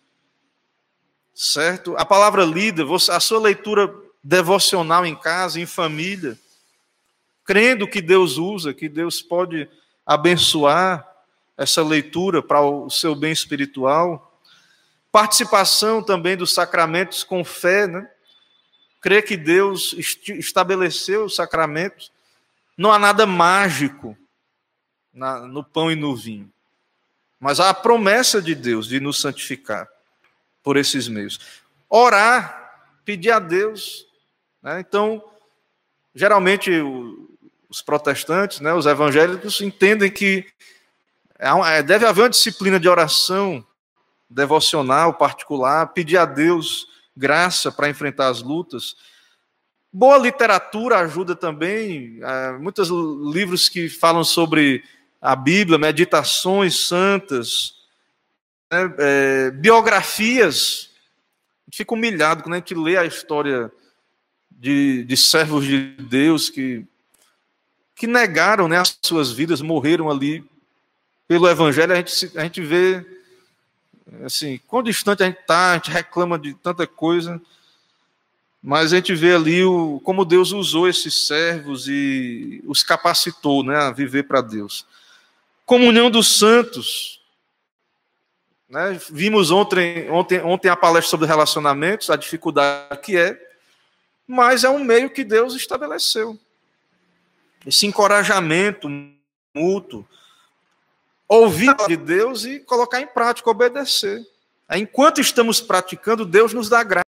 certo? A palavra lida, a sua leitura devocional em casa, em família, crendo que Deus usa, que Deus pode abençoar essa leitura para o seu bem espiritual. Participação também dos sacramentos com fé, né? Crer que Deus estabeleceu os sacramentos. Não há nada mágico no pão e no vinho, mas há a promessa de Deus de nos santificar por esses meios. Orar, pedir a Deus, né? Então, geralmente os protestantes, né, os evangélicos, entendem que deve haver uma disciplina de oração devocional, particular, pedir a Deus graça para enfrentar as lutas. Boa literatura ajuda também. Muitos livros que falam sobre a Bíblia, meditações santas, né, biografias. A gente fica humilhado quando a gente lê a história de servos de Deus que negaram, né, as suas vidas, morreram ali pelo Evangelho. A gente vê assim, quão distante a gente está, a gente reclama de tanta coisa, mas a gente vê ali como Deus usou esses servos e os capacitou, né, a viver para Deus. Comunhão dos santos, né? Vimos ontem a palestra sobre relacionamentos, a dificuldade que mas é um meio que Deus estabeleceu. Esse encorajamento mútuo, ouvir a palavra de Deus e colocar em prática, obedecer. Enquanto estamos praticando, Deus nos dá graça.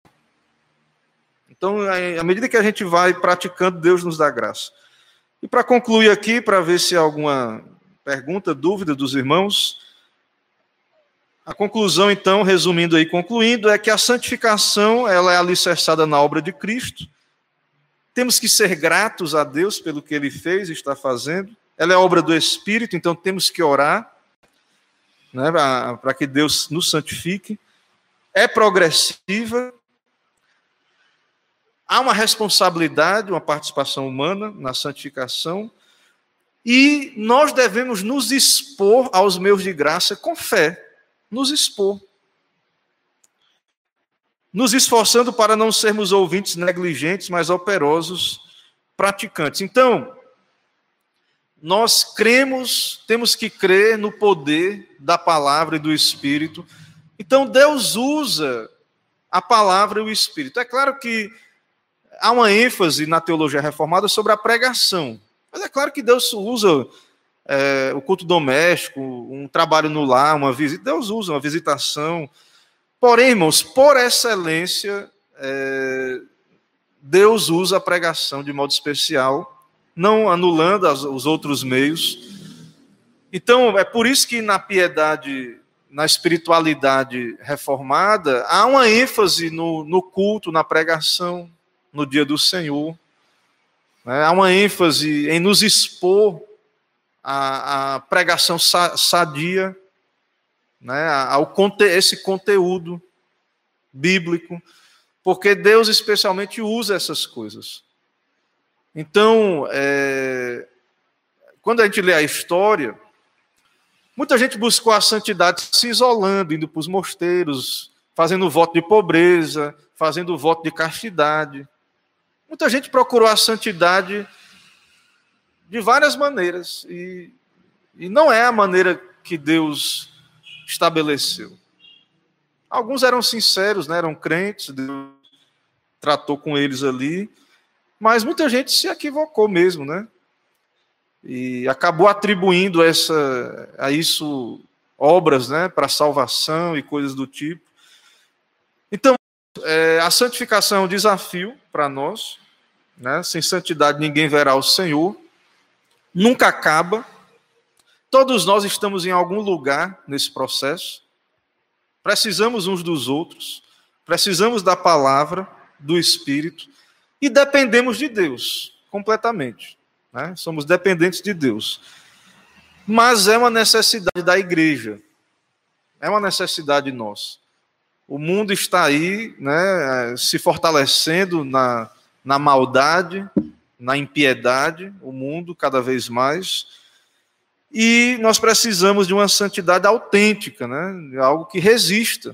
Então, à medida que a gente vai praticando, Deus nos dá graça. E para concluir aqui, para ver se há alguma pergunta, dúvida dos irmãos, a conclusão, então, resumindo aí, concluindo, é que a santificação ela é alicerçada na obra de Cristo. Temos que ser gratos a Deus pelo que Ele fez e está fazendo. Ela é obra do Espírito, então temos que orar, né, para que Deus nos santifique. É progressiva. Há uma responsabilidade, uma participação humana na santificação. E nós devemos nos expor aos meios de graça com fé. Nos expor. Nos esforçando para não sermos ouvintes negligentes, mas operosos praticantes. Então, nós cremos, temos que crer no poder da palavra e do Espírito. Então, Deus usa a palavra e o Espírito. É claro que há uma ênfase na teologia reformada sobre a pregação. Mas é claro que Deus usa o culto doméstico, um trabalho no lar, uma visita. Deus usa uma visitação. Porém, irmãos, por excelência, Deus usa a pregação de modo especial, não anulando os outros meios. Então, é por isso que na piedade, na espiritualidade reformada, há uma ênfase no culto, na pregação. no dia do Senhor. Há uma ênfase em nos expor à pregação sadia, esse conteúdo bíblico, porque Deus especialmente usa essas coisas. Então, quando a gente lê a história, muita gente buscou a santidade se isolando, indo para os mosteiros, fazendo voto de pobreza, fazendo voto de castidade. Muita gente procurou a santidade de várias maneiras, e não é a maneira que Deus estabeleceu. Alguns eram sinceros, eram crentes, Deus tratou com eles ali, mas muita gente se equivocou mesmo, e acabou atribuindo a isso obras, para salvação e coisas do tipo. Então, a santificação é um desafio para nós, Sem santidade ninguém verá o Senhor, nunca acaba. Todos nós estamos em algum lugar nesse processo, precisamos uns dos outros, precisamos da palavra, do Espírito, e dependemos de Deus, completamente. Somos dependentes de Deus. Mas é uma necessidade da igreja, é uma necessidade nossa. O mundo está aí, se fortalecendo na maldade, na impiedade, o mundo cada vez mais. E nós precisamos de uma santidade autêntica, algo que resista,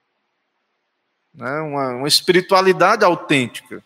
uma espiritualidade autêntica.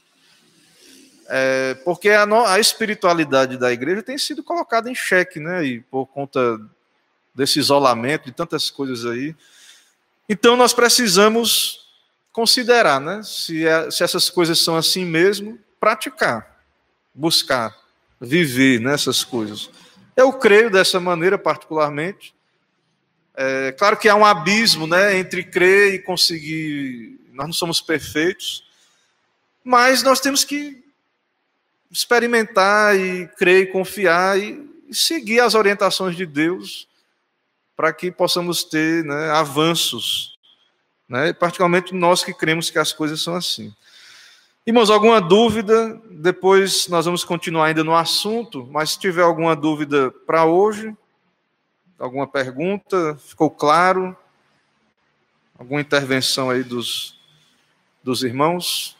Porque a espiritualidade da igreja tem sido colocada em xeque, e por conta desse isolamento, de tantas coisas aí. Então, nós precisamos considerar, se essas coisas são assim mesmo, praticar, buscar, viver nessas coisas. Eu creio dessa maneira, particularmente. Claro que há um abismo, entre crer e conseguir. Nós não somos perfeitos, mas nós temos que experimentar e crer e confiar e seguir as orientações de Deus, para que possamos ter avanços, particularmente nós que cremos que as coisas são assim. Irmãos, alguma dúvida? Depois nós vamos continuar ainda no assunto, mas se tiver alguma dúvida para hoje, alguma pergunta, ficou claro? Alguma intervenção aí dos irmãos?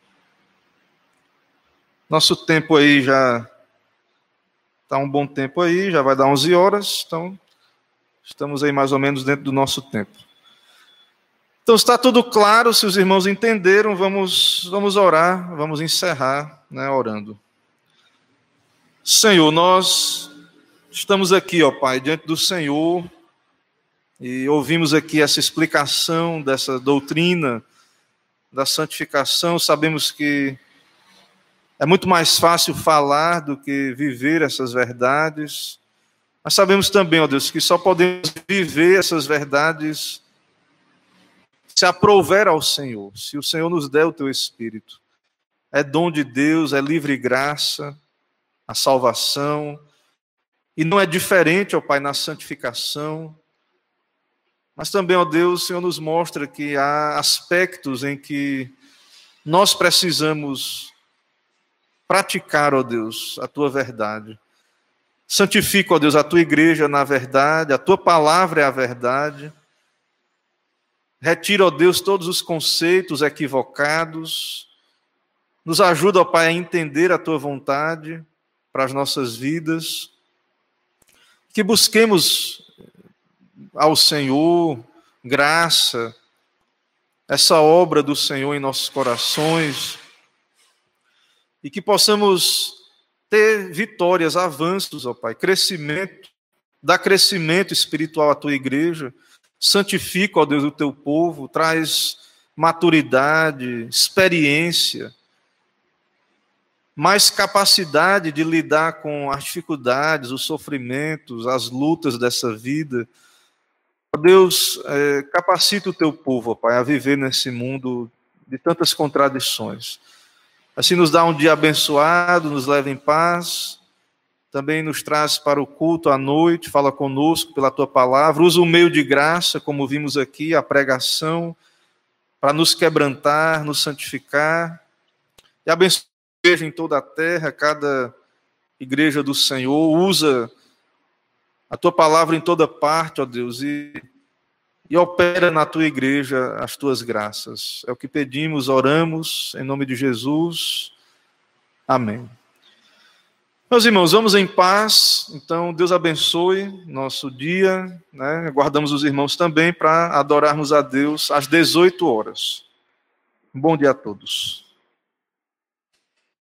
Nosso tempo aí já está um bom tempo aí, já vai dar 11 horas, então estamos aí mais ou menos dentro do nosso tempo. Então, está tudo claro, se os irmãos entenderam, vamos orar, vamos encerrar, orando. Senhor, nós estamos aqui, ó Pai, diante do Senhor, e ouvimos aqui essa explicação dessa doutrina da santificação. Sabemos que é muito mais fácil falar do que viver essas verdades, mas sabemos também, ó Deus, que só podemos viver essas verdades se aprouver ao Senhor, se o Senhor nos der o teu Espírito. É dom de Deus, é livre graça, a salvação, e não é diferente, ó Pai, na santificação, mas também, ó Deus, o Senhor nos mostra que há aspectos em que nós precisamos praticar, ó Deus, a tua verdade. Santifica, ó Deus, a tua igreja na verdade, a tua palavra é a verdade. Retira, ó Deus, todos os conceitos equivocados. Nos ajuda, ó Pai, a entender a tua vontade para as nossas vidas. Que busquemos ao Senhor graça, essa obra do Senhor em nossos corações, e que possamos ter vitórias, avanços, ó Pai, crescimento, dá crescimento espiritual à tua igreja. Santifica, ó Deus, o teu povo, traz maturidade, experiência, mais capacidade de lidar com as dificuldades, os sofrimentos, as lutas dessa vida. Ó Deus, capacita o teu povo, ó Pai, a viver nesse mundo de tantas contradições. Assim nos dá um dia abençoado, nos leva em paz. Também nos traz para o culto à noite, fala conosco pela tua palavra, usa o meio de graça, como vimos aqui, a pregação, para nos quebrantar, nos santificar. e abençoa a igreja em toda a terra, cada igreja do Senhor. Usa a tua palavra em toda parte, ó Deus, e opera na tua igreja as tuas graças. É o que pedimos, oramos, em nome de Jesus. Amém. Meus irmãos, vamos em paz. Então, Deus abençoe nosso dia, né? Aguardamos os irmãos também para adorarmos a Deus às 18 horas. Um bom dia a todos.